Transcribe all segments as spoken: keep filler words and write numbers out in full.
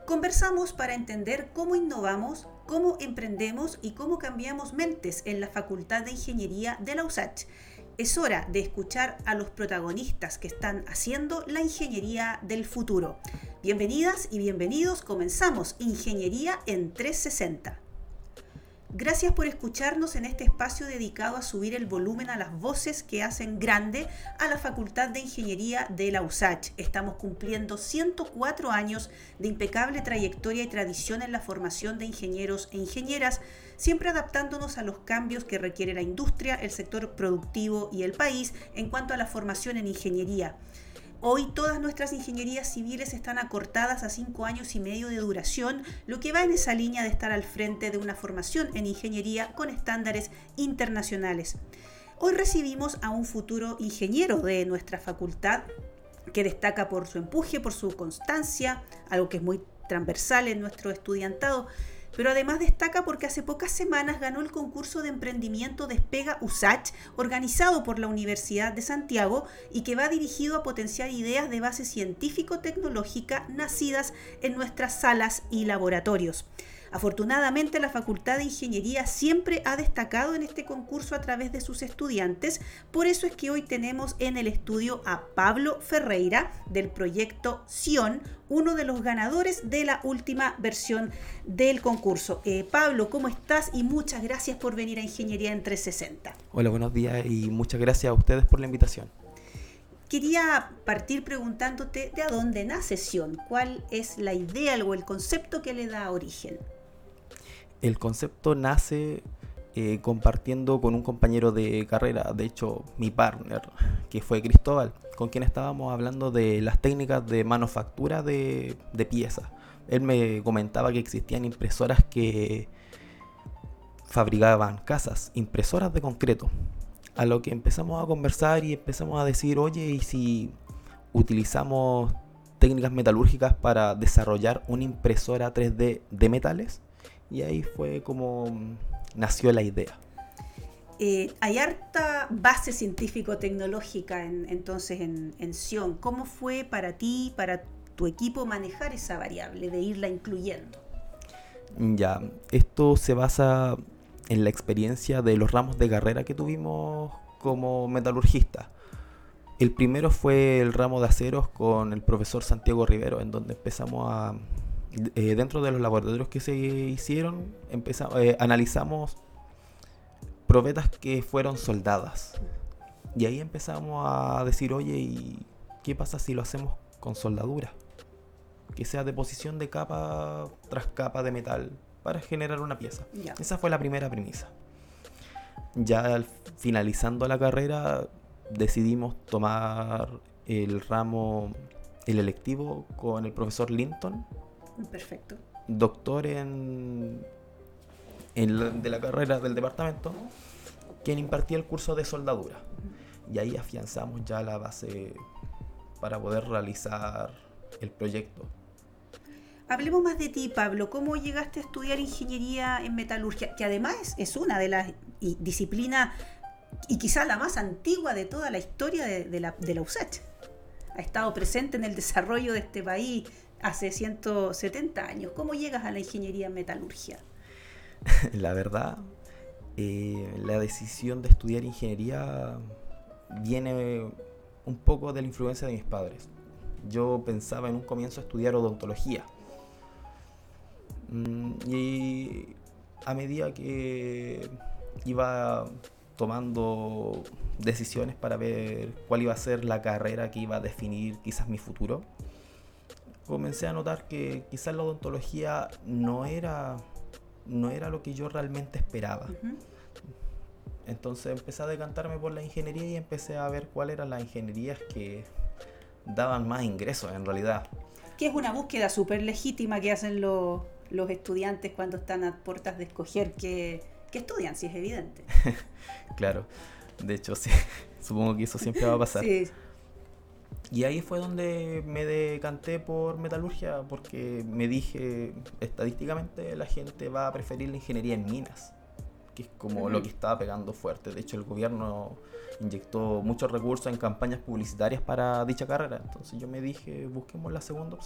Conversamos para entender cómo innovamos, cómo emprendemos y cómo cambiamos mentes en la Facultad de Ingeniería de la U S A Ch. Es hora de escuchar a los protagonistas que están haciendo la ingeniería del futuro. Bienvenidas y bienvenidos, comenzamos Ingeniería en trescientos sesenta. Gracias por escucharnos en este espacio dedicado a subir el volumen a las voces que hacen grande a la Facultad de Ingeniería de la U S A Ch. Estamos cumpliendo ciento cuatro años de impecable trayectoria y tradición en la formación de ingenieros e ingenieras, siempre adaptándonos a los cambios que requiere la industria, el sector productivo y el país en cuanto a la formación en ingeniería. Hoy todas nuestras ingenierías civiles están acortadas a cinco años y medio de duración, lo que va en esa línea de estar al frente de una formación en ingeniería con estándares internacionales. Hoy recibimos a un futuro ingeniero de nuestra facultad que destaca por su empuje, por su constancia, algo que es muy transversal en nuestro estudiantado, pero además destaca porque hace pocas semanas ganó el concurso de emprendimiento Despega U S A Ch, organizado por la Universidad de Santiago y que va dirigido a potenciar ideas de base científico-tecnológica nacidas en nuestras salas y laboratorios. Afortunadamente, la Facultad de Ingeniería siempre ha destacado en este concurso a través de sus estudiantes, por eso es que hoy tenemos en el estudio a Pablo Ferreira del proyecto Sion, uno de los ganadores de la última versión del concurso. Eh, Pablo, ¿cómo estás? Y muchas gracias por venir a Ingeniería en trescientos sesenta. Hola, buenos días y muchas gracias a ustedes por la invitación. Quería partir preguntándote de a dónde nace Sion, cuál es la idea o el concepto que le da origen. El concepto nace eh, compartiendo con un compañero de carrera, de hecho mi partner, que fue Cristóbal, con quien estábamos hablando de las técnicas de manufactura de, de piezas. Él me comentaba que existían impresoras que fabricaban casas, impresoras de concreto. A lo que empezamos a conversar y empezamos a decir, oye, ¿y si utilizamos técnicas metalúrgicas para desarrollar una impresora tres D de metales? Y ahí fue como nació la idea. Eh, hay harta base científico-tecnológica en, entonces en, en Sion. ¿Cómo fue para ti, para tu equipo, manejar esa variable, de irla incluyendo? Ya, esto se basa en la experiencia de los ramos de carrera que tuvimos como metalurgistas. El primero fue el ramo de aceros con el profesor Santiago Rivero, en donde empezamos a, eh, dentro de los laboratorios que se hicieron, empezamos, eh, analizamos probetas que fueron soldadas. Y ahí empezamos a decir, oye, ¿y qué pasa si lo hacemos con soldadura? Que sea deposición de capa tras capa de metal para generar una pieza. Ya. Esa fue la primera premisa. Ya al, finalizando la carrera decidimos tomar el ramo, el electivo con el profesor Linton. Perfecto. Doctor en, en la, de la carrera del departamento, quien impartía el curso de soldadura. Uh-huh. Y ahí afianzamos ya la base para poder realizar el proyecto. Hablemos más de ti, Pablo. ¿Cómo llegaste a estudiar ingeniería en metalurgia? Que además es una de las disciplinas y quizás la más antigua de toda la historia de, de, la, de la U S A Ch. Ha estado presente en el desarrollo de este país hace ciento setenta años. ¿Cómo llegas a la ingeniería en metalurgia? La verdad, eh, la decisión de estudiar ingeniería viene un poco de la influencia de mis padres. Yo pensaba en un comienzo estudiar odontología. Y a medida que iba tomando decisiones para ver cuál iba a ser la carrera que iba a definir quizás mi futuro, comencé a notar que quizás la odontología no era, no era lo que yo realmente esperaba. Uh-huh. Entonces empecé a decantarme por la ingeniería y empecé a ver cuáles eran las ingenierías que daban más ingresos en realidad. Que es una búsqueda súper legítima que hacen los, los estudiantes cuando están a puertas de escoger qué, qué estudian, si es evidente. Claro, de hecho sí, supongo que eso siempre va a pasar. Sí. Y ahí fue donde me decanté por metalurgia, porque me dije, estadísticamente la gente va a preferir la ingeniería en minas, que es como uh-huh. lo que estaba pegando fuerte. De hecho, el gobierno inyectó muchos recursos en campañas publicitarias para dicha carrera. Entonces yo me dije, busquemos la segunda opción.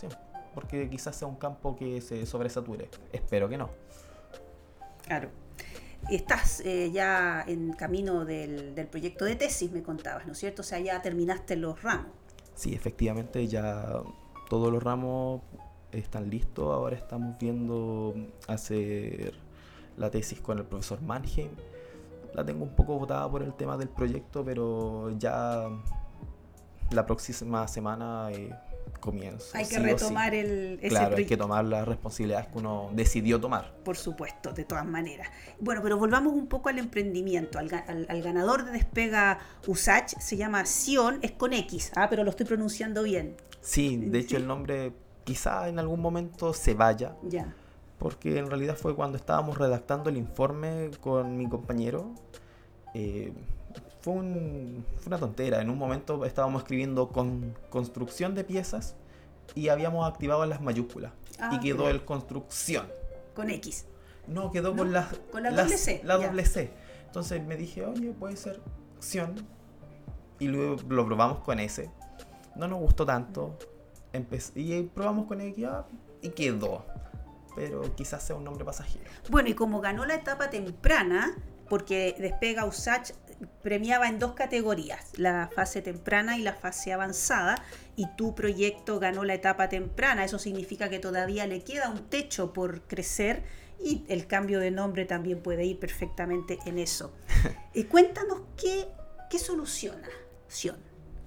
porque quizás sea un campo que se sobresature. Espero que no. Claro. Estás eh, ya en camino del, del proyecto de tesis, me contabas, ¿no es cierto? O sea, ya terminaste los ramos. Sí, efectivamente ya todos los ramos están listos. Ahora estamos viendo hacer la tesis con el profesor Mannheim. La tengo un poco botada por el tema del proyecto, pero ya la próxima semana eh, comienzo. Hay que sí retomar sí. el, ese Claro, proyecto. hay que tomar las responsabilidades que uno decidió tomar. Por supuesto, de todas maneras. Bueno, pero volvamos un poco al emprendimiento. Al, al, al ganador de Despega U S A C se llama Sion, es con X, ah, pero lo estoy pronunciando bien. Sí, de hecho ¿Sí? el nombre quizá en algún momento se vaya. Ya. Porque en realidad fue cuando estábamos redactando el informe con mi compañero. Eh, fue, un, fue una tontera. En un momento estábamos escribiendo con construcción de piezas y habíamos activado las mayúsculas. Ah, y quedó claro. el construcción. Con X. No, quedó ¿No? con la, Con la las- doble C, la ya. doble C. Entonces me dije, oye, puede ser acción. Y luego lo probamos con S. No nos gustó tanto. Empe- y probamos con X ah, y quedó. Pero quizás sea un nombre pasajero. Bueno, y como ganó la etapa temprana, porque Despega U S A C premiaba en dos categorías, la fase temprana y la fase avanzada, y tu proyecto ganó la etapa temprana, eso significa que todavía le queda un techo por crecer y el cambio de nombre también puede ir perfectamente en eso. Y cuéntanos qué, qué soluciona Sion.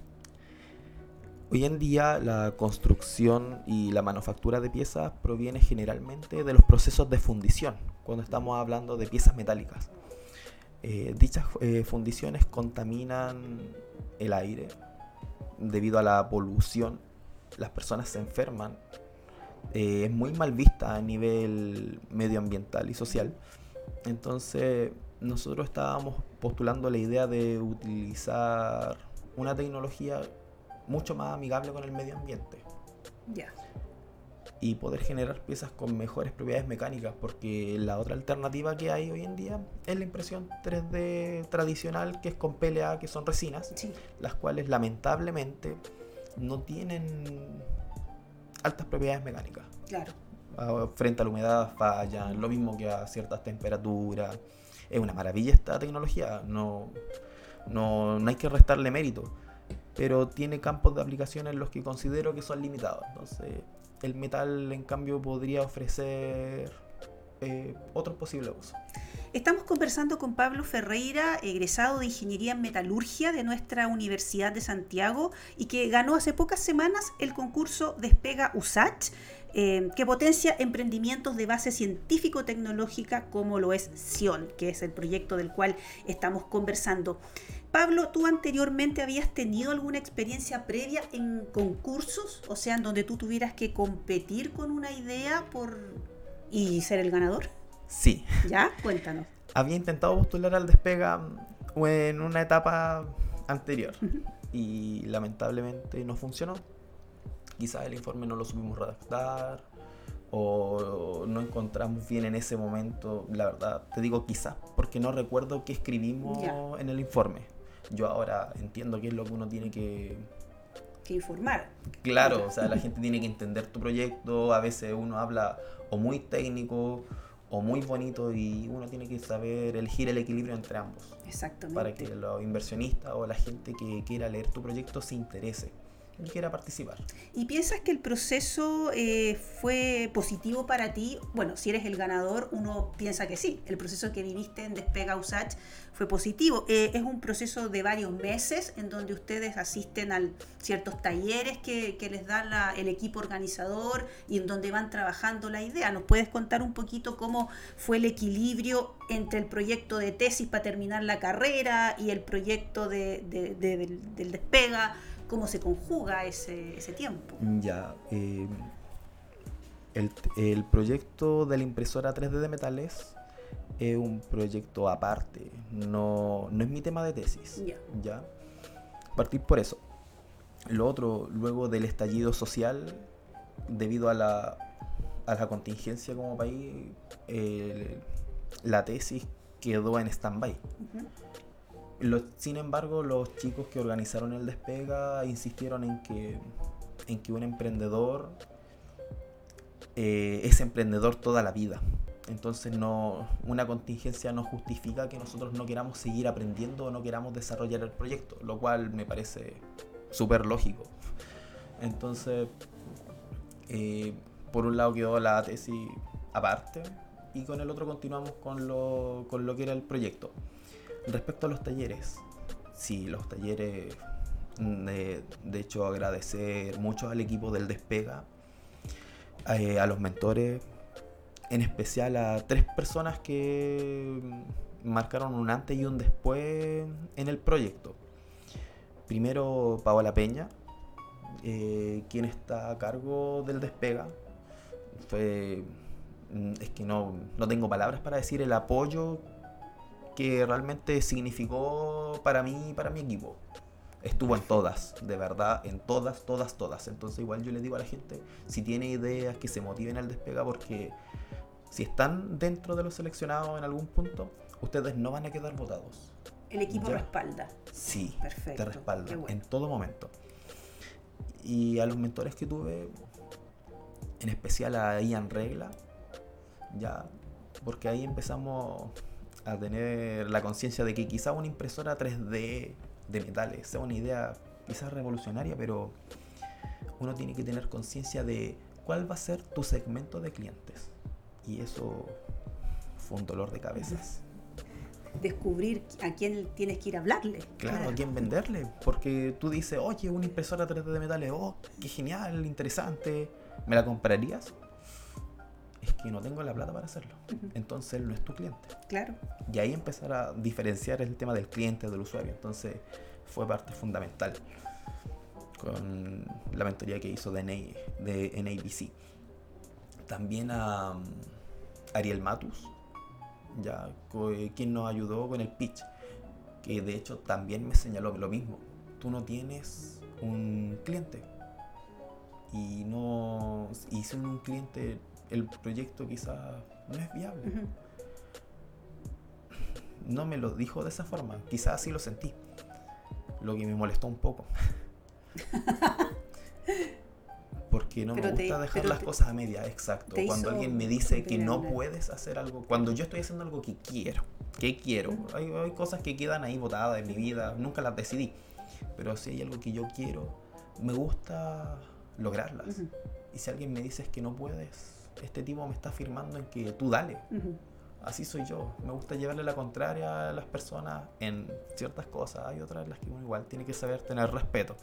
Hoy en día la construcción y la manufactura de piezas proviene generalmente de los procesos de fundición, cuando estamos hablando de piezas metálicas. Eh, dichas eh, fundiciones contaminan el aire debido a la polución, las personas se enferman, eh, es muy mal vista a nivel medioambiental y social. Entonces nosotros estábamos postulando la idea de utilizar una tecnología mucho más amigable con el medio ambiente Ya. y poder generar piezas con mejores propiedades mecánicas, porque la otra alternativa que hay hoy en día es la impresión tres D tradicional, que es con P L A, que son resinas, Sí. las cuales lamentablemente no tienen altas propiedades mecánicas. Claro. Ah, frente a la humedad fallan, lo mismo que a ciertas temperaturas. Es una maravilla esta tecnología, no, no, no hay que restarle mérito, pero tiene campos de aplicación en los que considero que son limitados. Entonces el metal en cambio podría ofrecer eh, otros posibles usos. Estamos conversando con Pablo Ferreira, egresado de Ingeniería en Metalurgia de nuestra Universidad de Santiago y que ganó hace pocas semanas el concurso Despega U S A C, eh, que potencia emprendimientos de base científico-tecnológica como lo es Sion, que es el proyecto del cual estamos conversando. Pablo, ¿tú anteriormente habías tenido alguna experiencia previa en concursos? O sea, en donde tú tuvieras que competir con una idea por y ser el ganador. Sí. ¿Ya? Cuéntanos. Había intentado postular al Despega en una etapa anterior y lamentablemente no funcionó. Quizás el informe no lo supimos redactar o no encontramos bien en ese momento. La verdad, te digo quizás, porque no recuerdo qué escribimos Ya. en el informe. Yo ahora entiendo qué es lo que uno tiene que... Que informar. Claro, o sea, la gente tiene que entender tu proyecto. A veces uno habla o muy técnico o muy bonito y uno tiene que saber elegir el equilibrio entre ambos Exactamente. para que los inversionistas o la gente que quiera leer tu proyecto se interese y quiera participar. ¿Y piensas que el proceso eh, fue positivo para ti? Bueno, si eres el ganador, uno piensa que sí. El proceso que viviste en Despega U S A C fue positivo. Eh, es un proceso de varios meses en donde ustedes asisten a ciertos talleres que, que les da la, el equipo organizador y en donde van trabajando la idea. ¿Nos puedes contar un poquito cómo fue el equilibrio entre el proyecto de tesis para terminar la carrera y el proyecto de, de, de, del, del Despega? ¿Cómo se conjuga ese, ese tiempo? Ya, eh, el, el proyecto de la impresora tres D de metales es un proyecto aparte, no, no es mi tema de tesis. Ya. ¿Ya? Partir por eso. Lo otro, luego del estallido social, debido a la, a la contingencia como país, eh, la tesis quedó en stand-by. Uh-huh. Los, sin embargo, los chicos que organizaron el Despega insistieron en que, en que un emprendedor eh, es emprendedor toda la vida. Entonces no, una contingencia no justifica que nosotros no queramos seguir aprendiendo o no queramos desarrollar el proyecto, lo cual me parece súper lógico. Entonces, eh, por un lado quedó la tesis aparte y con el otro continuamos con lo, con lo que era el proyecto. Respecto a los talleres, sí, los talleres, de, de hecho agradecer mucho al equipo del Despega, eh, a los mentores, en especial a tres personas que marcaron un antes y un después en el proyecto. Primero, Paola Peña, eh, quien está a cargo del Despega. Fue, es que no, no tengo palabras para decir el apoyo que realmente significó para mí y para mi equipo. Estuvo en todas, de verdad, en todas, todas, todas. Entonces igual yo les digo a la gente, si tiene ideas, que se motiven al Despega, porque si están dentro de los seleccionados en algún punto, ustedes no van a quedar votados. El equipo ¿Ya? respalda. Sí, perfecto, te respalda bueno. en todo momento. Y a los mentores que tuve, en especial a Ian Regla, ya, porque ahí empezamos a tener la conciencia de que quizá una impresora tres D de metales sea una idea quizás revolucionaria, pero uno tiene que tener conciencia de cuál va a ser tu segmento de clientes. Y eso fue un dolor de cabezas. Descubrir a quién tienes que ir a hablarle. Claro, claro. a quién venderle. Porque tú dices, oye, una impresora tres D de metales, oh, qué genial, interesante, ¿me la comprarías? Es que no tengo la plata para hacerlo. Uh-huh. Entonces él no es tu cliente. Claro. Y ahí empezar a diferenciar el tema del cliente, del usuario. Entonces fue parte fundamental con la mentoría que hizo de, N A, de N A B C. También a um, Ariel Matus, ya, quien nos ayudó con el pitch, que de hecho también me señaló lo mismo. Tú no tienes un cliente y no y sin un cliente el proyecto quizás no es viable. Uh-huh. No me lo dijo de esa forma, quizás así lo sentí, lo que me molestó un poco. Porque no pero me gusta te, dejar las te, cosas a media, exacto. Cuando alguien me dice que no puedes hacer algo, cuando yo estoy haciendo algo que quiero, que quiero, uh-huh. hay, hay cosas que quedan ahí botadas en mi vida, nunca las decidí, pero si hay algo que yo quiero, me gusta lograrlas. Uh-huh. Y si alguien me dice que no puedes, este tipo me está afirmando en que tú dale. Uh-huh. Así soy yo, me gusta llevarle la contraria a las personas en ciertas cosas, hay otras en las que uno igual tiene que saber tener respeto.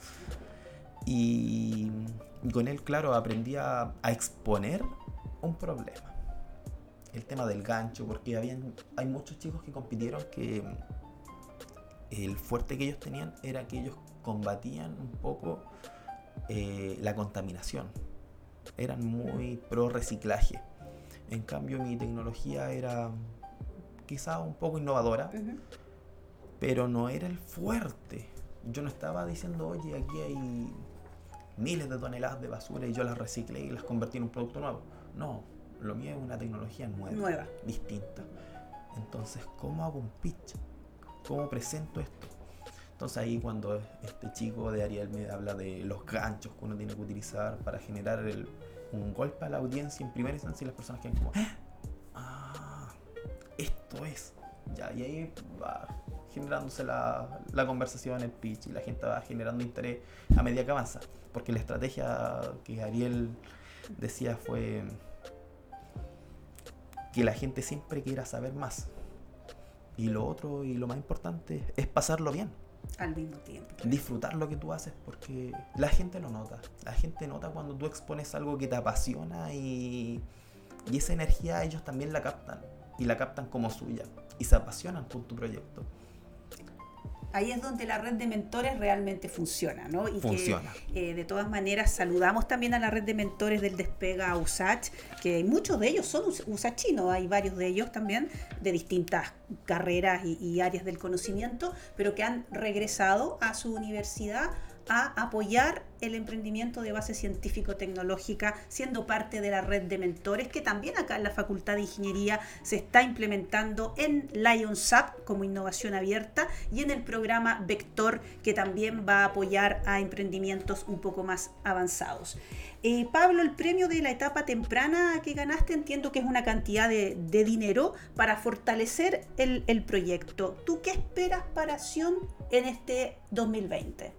Y con él, claro, aprendí a, a exponer un problema. El tema del gancho, porque habían, hay muchos chicos que compitieron que el fuerte que ellos tenían era que ellos combatían un poco eh, la contaminación. Eran muy pro reciclaje. En cambio, mi tecnología era quizá un poco innovadora, uh-huh. pero no era el fuerte. Yo no estaba diciendo, oye, aquí hay miles de toneladas de basura y yo las reciclé y las convertí en un producto nuevo. No, lo mío es una tecnología nueva, nueva. distinta. Entonces, ¿cómo hago un pitch? ¿Cómo presento esto? Entonces ahí cuando este chico de Ariel me habla de los ganchos que uno tiene que utilizar para generar el, un golpe a la audiencia en primera instancia, y las personas quedan como, ah, esto es. Ya, y ahí va generándose la, la conversación, el pitch, y la gente va generando interés a medida que avanza. Porque la estrategia que Ariel decía fue que la gente siempre quiera saber más. Y lo otro y lo más importante es pasarlo bien. Al mismo tiempo. Disfrutar lo que tú haces, porque la gente lo nota. La gente nota cuando tú expones algo que te apasiona y, y esa energía ellos también la captan. Y la captan como suya. Y se apasionan por tu proyecto. Ahí es donde la red de mentores realmente funciona, ¿no? Y funciona. Que, eh, de todas maneras, saludamos también a la red de mentores del Despega U S A C, que muchos de ellos son usachinos, hay varios de ellos también, de distintas carreras y, y áreas del conocimiento, pero que han regresado a su universidad a apoyar el emprendimiento de base científico-tecnológica, siendo parte de la red de mentores que también acá en la Facultad de Ingeniería se está implementando en LionSAP como innovación abierta y en el programa Vector, que también va a apoyar a emprendimientos un poco más avanzados. Eh, Pablo, el premio de la etapa temprana que ganaste, entiendo que es una cantidad de, de dinero para fortalecer el, el proyecto. ¿Tú qué esperas para Acción en este dos mil veinte?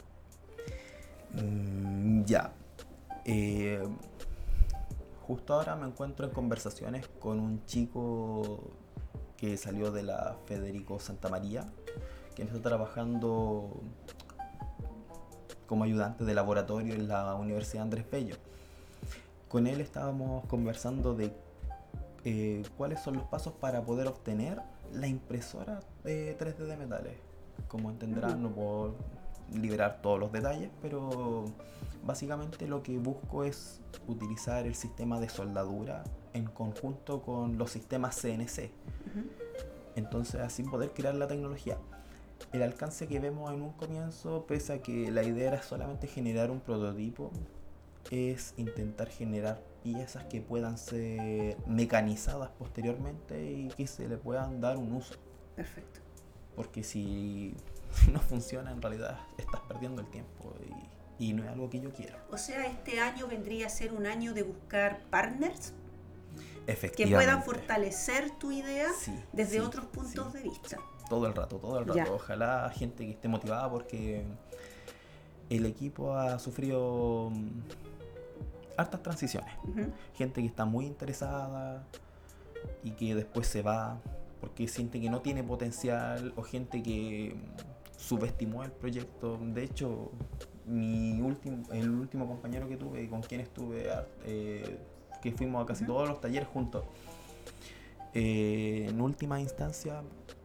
Mm, ya. Eh, justo ahora me encuentro en conversaciones con un chico que salió de la Federico Santa María, que está trabajando como ayudante de laboratorio en la Universidad Andrés Bello. Con él estábamos conversando de eh, cuáles son los pasos para poder obtener la impresora de tres D de metales. Como entenderán, no puedo liberar todos los detalles, pero básicamente lo que busco es utilizar el sistema de soldadura en conjunto con los sistemas C N C. Uh-huh. Entonces así poder crear la tecnología. El alcance que vemos en un comienzo, pese a que la idea era solamente generar un prototipo, es intentar generar piezas que puedan ser mecanizadas posteriormente y que se le puedan dar un uso. Perfecto. Porque si no funciona, en realidad estás perdiendo el tiempo y, y no es algo que yo quiero. O sea, este año vendría a ser un año de buscar partners que puedan fortalecer tu idea sí, desde sí, otros puntos sí. de vista. Todo el rato, todo el rato. Ya. Ojalá gente que esté motivada, porque el equipo ha sufrido hartas transiciones. Uh-huh. Gente que está muy interesada y que después se va porque siente que no tiene potencial, o gente que subestimó el proyecto. De hecho, mi último, el último compañero que tuve y con quien estuve, eh, que fuimos a casi uh-huh. todos los talleres juntos, eh, en última instancia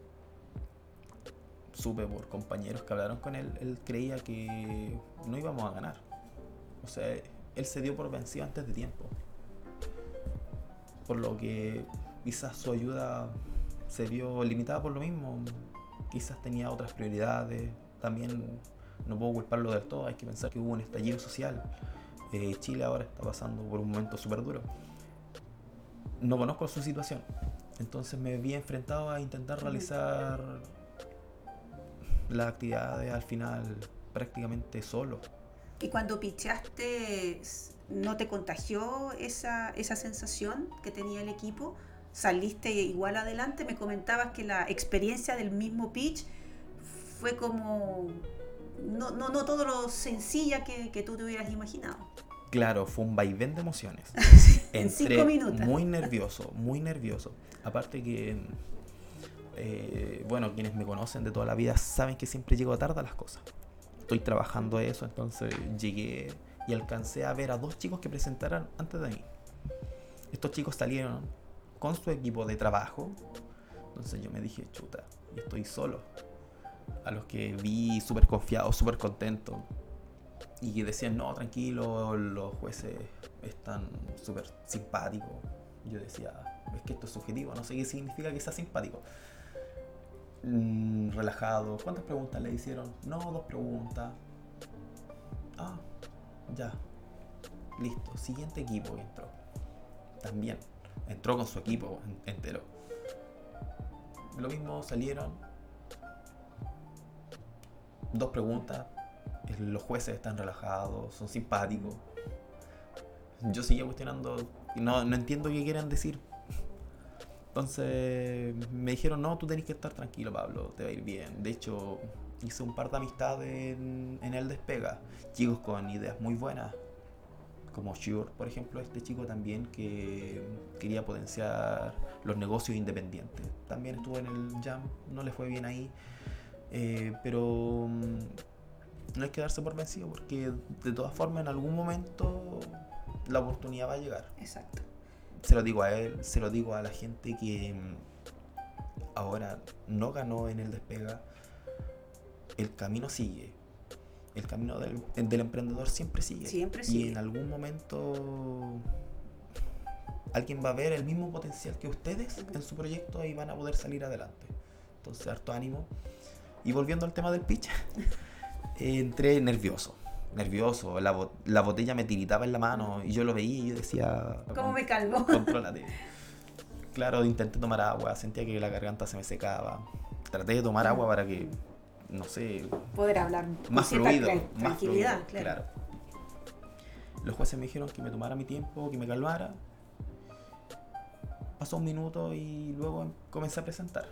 supe por compañeros que hablaron con él, él creía que no íbamos a ganar. O sea, él se dio por vencido antes de tiempo. Por lo que quizás su ayuda se vio limitada por lo mismo. Quizás tenía otras prioridades. También no puedo culparlo del todo. Hay que pensar que hubo un estallido social. Eh, Chile ahora está pasando por un momento súper duro. No conozco su situación. Entonces me vi enfrentado a intentar realizar las actividades al final prácticamente solo. ¿Y cuando pichaste, no te contagió esa, esa sensación que tenía el equipo? ¿Saliste igual adelante? Me comentabas que la experiencia del mismo pitch fue como no, no, no todo lo sencilla que, que tú te hubieras imaginado. Claro, fue un vaivén de emociones. En cinco minutos. Muy nervioso, muy nervioso. Aparte que Eh, bueno, quienes me conocen de toda la vida saben que siempre llego tarde a las cosas. Estoy trabajando eso, entonces llegué y alcancé a ver a dos chicos que presentaran antes de mí. Estos chicos salieron con su equipo de trabajo, entonces yo me dije, chuta, y estoy solo. A los que vi súper confiados, súper contentos, y que decían, no, tranquilo, los jueces están súper simpáticos. Yo decía, es que esto es subjetivo, no sé qué significa que sea simpático. Mm, relajado. ¿Cuántas preguntas le hicieron? No, dos preguntas. Ah, ya. Listo. Siguiente equipo que entró. También. Entró con su equipo entero. Lo mismo, salieron. Dos preguntas. Los jueces están relajados, son simpáticos. Yo seguía cuestionando. No, no entiendo qué quieran decir. Entonces me dijeron, no, tú tenés que estar tranquilo, Pablo, te va a ir bien. De hecho, hice un par de amistades en, en el Despega, chicos con ideas muy buenas, como Shure, por ejemplo, este chico también que quería potenciar los negocios independientes. También estuvo en el Jam, no le fue bien ahí, eh, pero no hay que darse por vencido, porque de todas formas en algún momento la oportunidad va a llegar. Exacto. Se lo digo a él, se lo digo a la gente que ahora no ganó en el Despega. El camino sigue. El camino del, del emprendedor siempre sigue. Siempre sigue. Y en algún momento alguien va a ver el mismo potencial que ustedes uh-huh. en su proyecto y van a poder salir adelante. Entonces, harto ánimo. Y volviendo al tema del pitch, entré nervioso, nervioso, la, bo- la botella me tiritaba en la mano y yo lo veía y yo decía... ¿Cómo me calmo? Contrólate. Claro, intenté tomar agua, sentía que la garganta se me secaba. Traté de tomar agua para que, no sé, Poder hablar con más cierta fluido, tra- más tranquilidad, fluido, claro. claro. Los jueces me dijeron que me tomara mi tiempo, que me calmara. Pasó un minuto y luego comencé a presentar.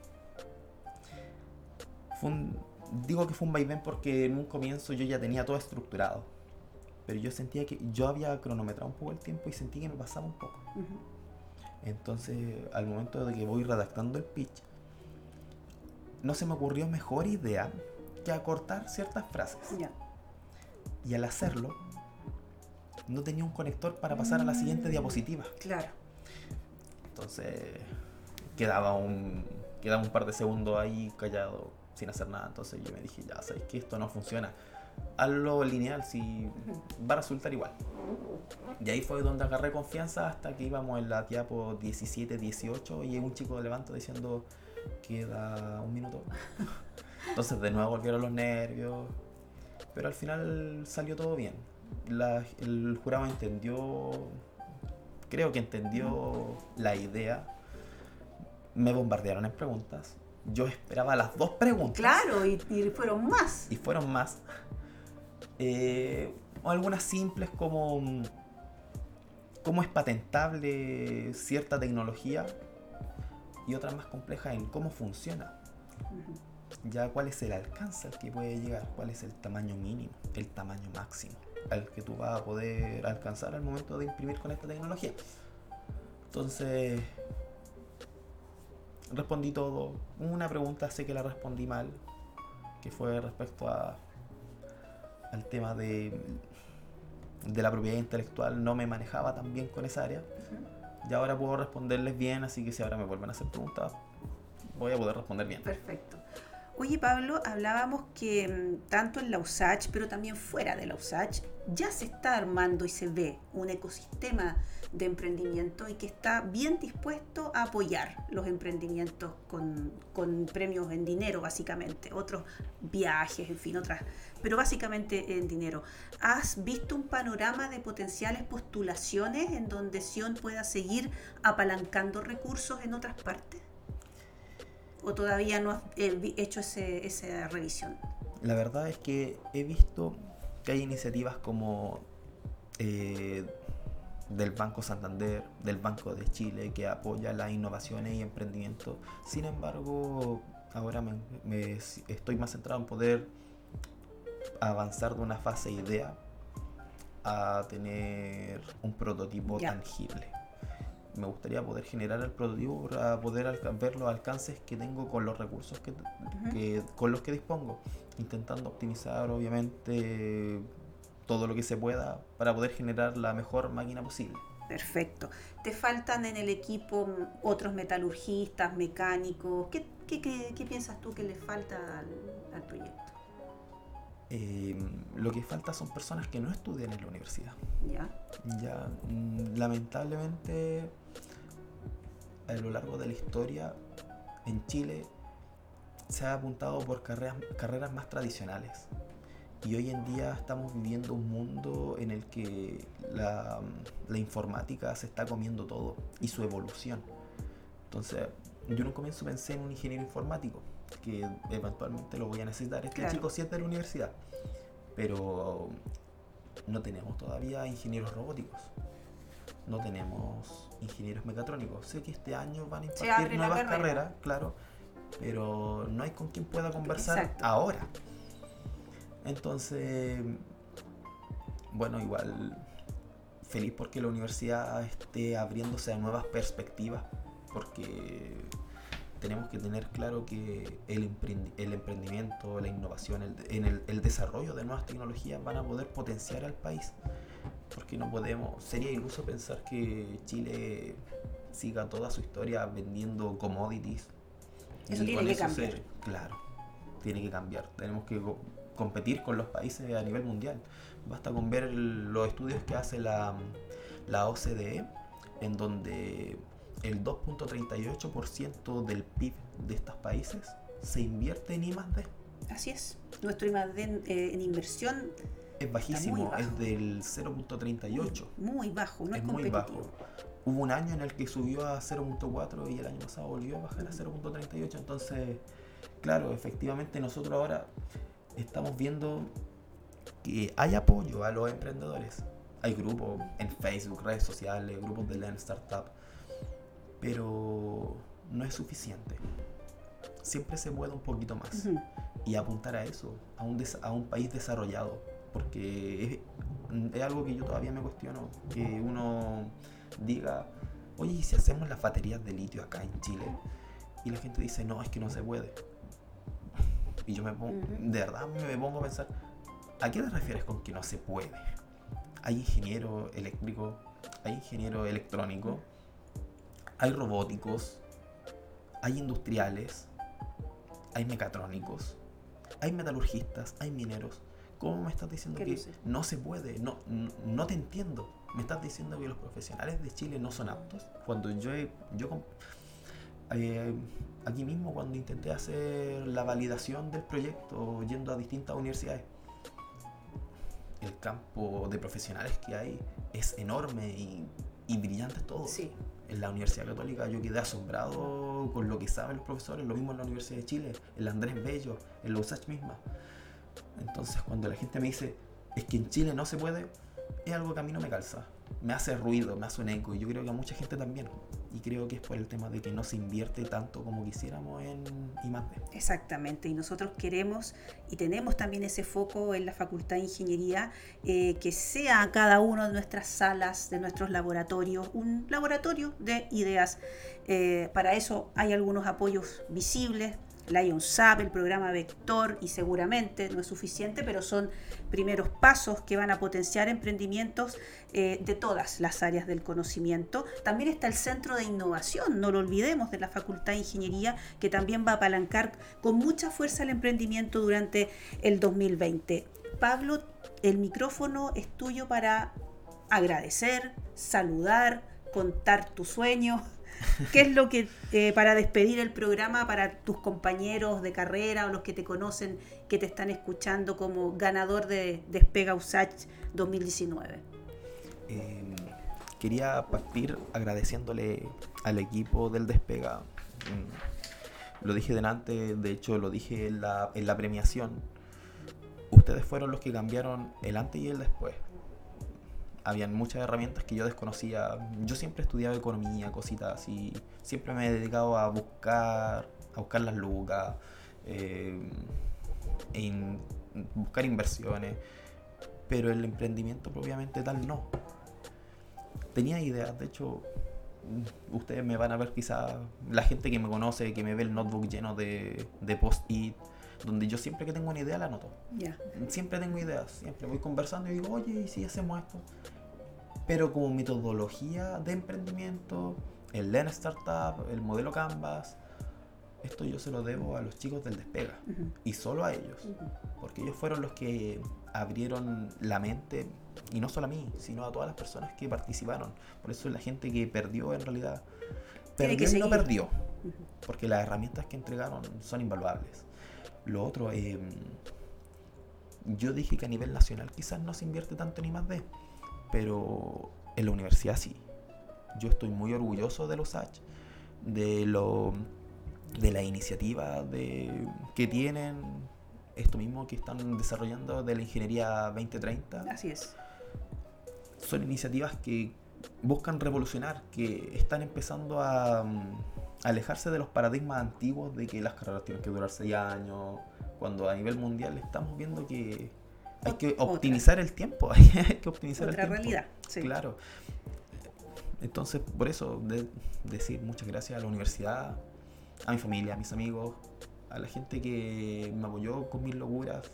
Fue un, digo que fue un vaivén porque en un comienzo yo ya tenía todo estructurado. Pero yo sentía que yo había cronometrado un poco el tiempo y sentí que me pasaba un poco. Ujú. Entonces, al momento de que voy redactando el pitch, no se me ocurrió mejor idea que acortar ciertas frases. Ya. Y al hacerlo, no tenía un conector para pasar a la siguiente diapositiva. Claro. Entonces, quedaba un, quedaba un par de segundos ahí callado, sin hacer nada. Entonces yo me dije, ya sabes que esto no funciona. Hazlo lineal, si va a resultar igual. Y ahí fue donde agarré confianza hasta que íbamos en la diapo diecisiete, dieciocho y un chico de levanto diciendo, queda un minuto. Entonces de nuevo volvieron los nervios, pero al final salió todo bien. La, el jurado entendió, creo que entendió la idea. Me bombardearon en preguntas. Yo esperaba las dos preguntas. Claro, y, y fueron más. Y fueron más. Eh, algunas simples como cómo es patentable cierta tecnología y otras más complejas en cómo funciona. Ujú. Ya cuál es el alcance al que puede llegar, cuál es el tamaño mínimo, el tamaño máximo al que tú vas a poder alcanzar al momento de imprimir con esta tecnología. Entonces respondí todo. Una pregunta sé que la respondí mal, que fue respecto a al tema de, de la propiedad intelectual. No me manejaba tan bien con esa área. Ujú. Y ahora puedo responderles bien, así que si ahora me vuelven a hacer preguntas, voy a poder responder bien. Perfecto. Oye, Pablo, hablábamos que mm, tanto en la USACH, pero también fuera de la USACH, ya se está armando y se ve un ecosistema de emprendimiento y que está bien dispuesto a apoyar los emprendimientos con, con premios en dinero, básicamente, otros viajes, en fin, otras, pero básicamente en dinero. ¿Has visto un panorama de potenciales postulaciones en donde Sion pueda seguir apalancando recursos en otras partes? ¿O todavía no has eh, vi- hecho ese, esa revisión? La verdad es que he visto que hay iniciativas como eh, del Banco Santander, del Banco de Chile, que apoya las innovaciones y emprendimientos. Sin embargo, ahora me, me estoy más centrado en poder avanzar de una fase idea a tener un prototipo Ya. tangible. Me gustaría poder generar el prototipo para poder alca- ver los alcances que tengo con los recursos que, Ujú. que- con los que dispongo, intentando optimizar obviamente todo lo que se pueda para poder generar la mejor máquina posible. Perfecto. ¿Te faltan en el equipo mm, otros metalurgistas, mecánicos? ¿Qué, qué, qué- qué piensas tú que le falta al, al proyecto? Eh, lo que falta son personas que no estudian en la universidad. ¿Ya? Ya, mm, lamentablemente, a lo largo de la historia, en Chile se ha apuntado por carreras, carreras más tradicionales. Y hoy en día estamos viviendo un mundo en el que la, la informática se está comiendo todo y su evolución. Entonces, yo en un comienzo pensé en un ingeniero informático, que eventualmente lo voy a necesitar. Este Claro. chico sí es de la universidad, pero no tenemos todavía ingenieros robóticos. No tenemos ingenieros mecatrónicos. Sé que este año van a Se impartir abre la nuevas carrera. carreras, claro, pero no hay con quien pueda conversar Exacto. ahora. Entonces, bueno, igual feliz porque la universidad esté abriéndose a nuevas perspectivas, porque tenemos que tener claro que el, emprendi- el emprendimiento, la innovación, el, en el, el desarrollo de nuevas tecnologías van a poder potenciar al país, porque no podemos, sería iluso pensar que Chile siga toda su historia vendiendo commodities. Eso y tiene con que eso cambiar. se- claro, tiene que cambiar. Tenemos que co- competir con los países a nivel mundial. Basta con ver el- los estudios que hace la, la O C D E, en donde el dos punto treinta y ocho por ciento del P I B de estos países se invierte en I más D. Así es. Nuestro I más D en, eh, en inversión es bajísimo, es del cero punto treinta y ocho. Muy bajo, no es, es muy bajo. Hubo un año en el que subió a cero punto cuatro y el año pasado volvió a bajar a cero punto treinta y ocho. Entonces, claro, efectivamente nosotros ahora estamos viendo que hay apoyo a los emprendedores. Hay grupos en Facebook, redes sociales, grupos de Learn Startup, pero no es suficiente. Siempre se puede un poquito más. Uh-huh. Y apuntar a eso, a un, des- a un país desarrollado, porque es, es algo que yo todavía me cuestiono, que uno diga, oye, ¿y si hacemos las baterías de litio acá en Chile? Y la gente dice, no, es que no se puede. Y yo me pongo, uh-huh. de verdad me pongo a pensar, ¿a qué te refieres con que no se puede? Hay ingeniero eléctrico, hay ingeniero electrónico, hay robóticos, hay industriales, hay mecatrónicos, hay metalurgistas, hay mineros. ¿Cómo me estás diciendo que no, sé? no se puede? No, no, no te entiendo. ¿Me estás diciendo que los profesionales de Chile no son aptos? Cuando yo, he, yo eh, aquí mismo, cuando intenté hacer la validación del proyecto, yendo a distintas universidades, el campo de profesionales que hay es enorme y, y brillante todo. Sí. En la Universidad Católica yo quedé asombrado con lo que saben los profesores, lo mismo en la Universidad de Chile, en la Andrés Bello, en la U S A C misma. Entonces cuando la gente me dice, es que en Chile no se puede, es algo que a mí no me calza, me hace ruido, me hace un eco, y yo creo que a mucha gente también. Y creo que es por el tema de que no se invierte tanto como quisiéramos en I más D. Exactamente, y nosotros queremos y tenemos también ese foco en la Facultad de Ingeniería, eh, que sea cada una de nuestras salas, de nuestros laboratorios, un laboratorio de ideas. Eh, para eso hay algunos apoyos visibles, Lion S A P, el programa Vector, y seguramente no es suficiente, pero son primeros pasos que van a potenciar emprendimientos eh, de todas las áreas del conocimiento. También está el Centro de Innovación, no lo olvidemos, de la Facultad de Ingeniería, que también va a apalancar con mucha fuerza el emprendimiento durante el dos mil veinte. Pablo, el micrófono es tuyo para agradecer, saludar, contar tu sueño. ¿Qué es lo que, eh, para despedir el programa, para tus compañeros de carrera o los que te conocen, que te están escuchando como ganador de Despega U S A C dos mil diecinueve? Eh, quería partir agradeciéndole al equipo del Despega. Mm, lo dije delante, de hecho lo dije en la, en la premiación. Ustedes fueron los que cambiaron el antes y el después. Habían muchas herramientas que yo desconocía. Yo siempre he estudiado economía, cositas así. Siempre me he dedicado a buscar, a buscar las lucas, eh, en buscar inversiones. Pero el emprendimiento propiamente tal no. Tenía ideas, de hecho, ustedes me van a ver quizás, la gente que me conoce, que me ve el notebook lleno de, de post-it, donde yo siempre que tengo una idea la anoto. Yeah. Siempre tengo ideas, siempre voy conversando y digo, oye, ¿y si hacemos esto? Pero como metodología de emprendimiento, el Learn Startup, el modelo Canvas, esto yo se lo debo a los chicos del Despega, uh-huh. y solo a ellos, uh-huh. porque ellos fueron los que abrieron la mente, y no solo a mí, sino a todas las personas que participaron. Por eso la gente que perdió en realidad, perdió y no perdió, uh-huh. porque las herramientas que entregaron son invaluables. Lo otro, eh, yo dije que a nivel nacional quizás no se invierte tanto en I más D, pero en la universidad sí. Yo estoy muy orgulloso de los U S A C, de lo de la iniciativa de, que tienen, esto mismo que están desarrollando de la Ingeniería veinte treinta. Así es. Son iniciativas que buscan revolucionar, que están empezando a, a alejarse de los paradigmas antiguos de que las carreras tienen que durar seis años, cuando a nivel mundial estamos viendo que hay que optimizar Otra. el tiempo, hay que optimizar Otra el tiempo. realidad, sí. Claro. Entonces, por eso, de, decir muchas gracias a la universidad, a mi familia, a mis amigos, a la gente que me apoyó con mis locuras,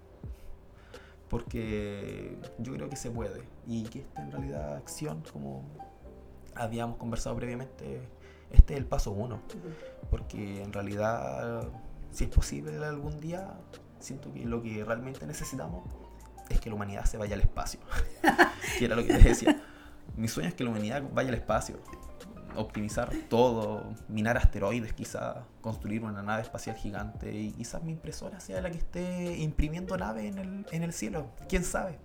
porque yo creo que se puede, y que esta en realidad acción, como habíamos conversado previamente, este es el paso uno, uh-huh. porque en realidad, si es posible algún día, siento que lo que realmente necesitamos es que la humanidad se vaya al espacio. Que era lo que les decía. Mi sueño es que la humanidad vaya al espacio. optimizar todo, minar asteroides quizás, construir una nave espacial gigante y quizás mi impresora sea la que esté imprimiendo naves en el, en el cielo, quién sabe.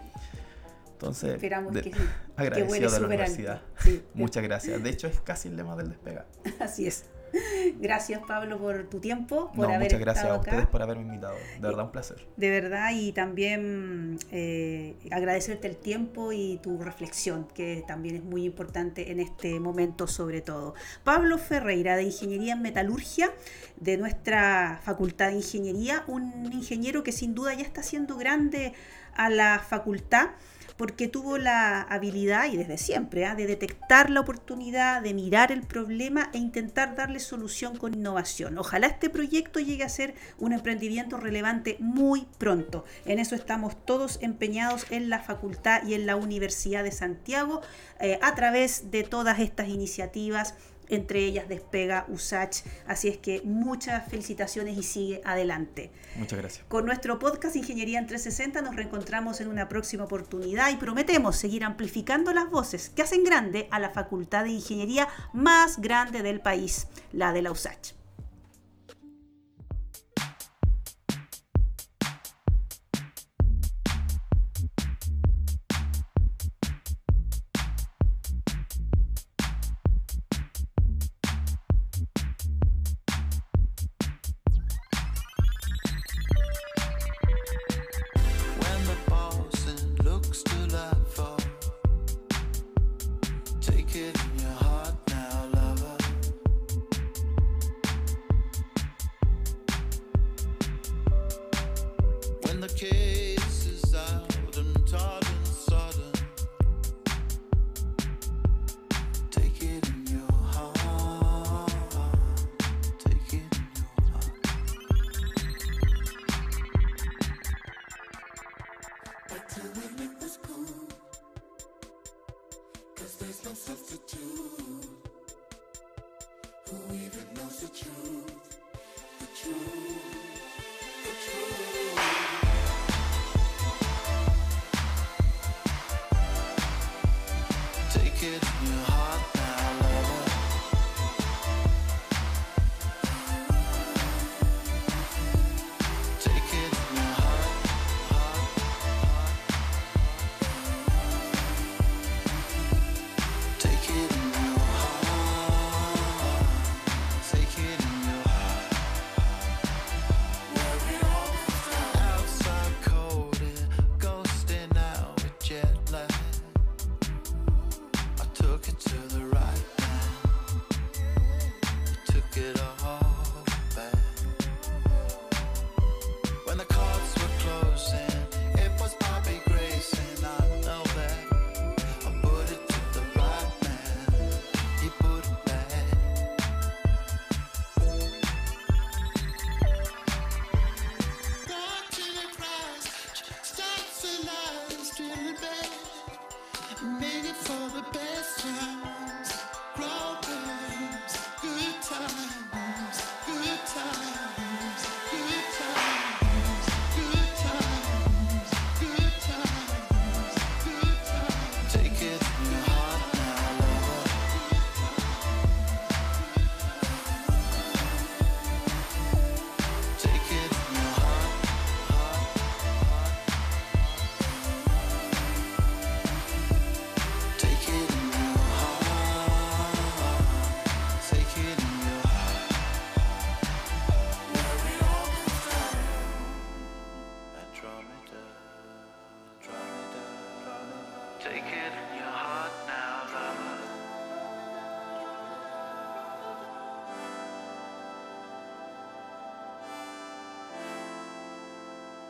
Entonces, esperamos de, que, agradecido que de la universidad. Sí. Muchas gracias. De hecho, es casi el lema del Despega. Así es. Gracias, Pablo, por tu tiempo, por no, haber muchas gracias estado a ustedes acá. por haberme invitado. De verdad, un placer. De verdad, y también eh, agradecerte el tiempo y tu reflexión, que también es muy importante en este momento sobre todo. Pablo Ferreira, de Ingeniería en Metalurgia, de nuestra Facultad de Ingeniería, un ingeniero que sin duda ya está haciendo grande a la facultad, porque tuvo la habilidad, y desde siempre, ¿eh? de detectar la oportunidad, de mirar el problema e intentar darle solución con innovación. Ojalá este proyecto llegue a ser un emprendimiento relevante muy pronto. En eso estamos todos empeñados en la facultad y en la Universidad de Santiago, eh, a través de todas estas iniciativas, entre ellas Despega, U S A C H, así es que muchas felicitaciones y sigue adelante. Muchas gracias. Con nuestro podcast Ingeniería en trescientos sesenta nos reencontramos en una próxima oportunidad y prometemos seguir amplificando las voces que hacen grande a la Facultad de Ingeniería más grande del país, la de la U S A C H.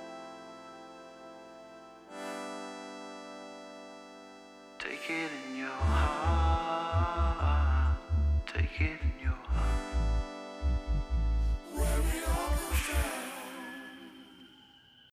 Take it in your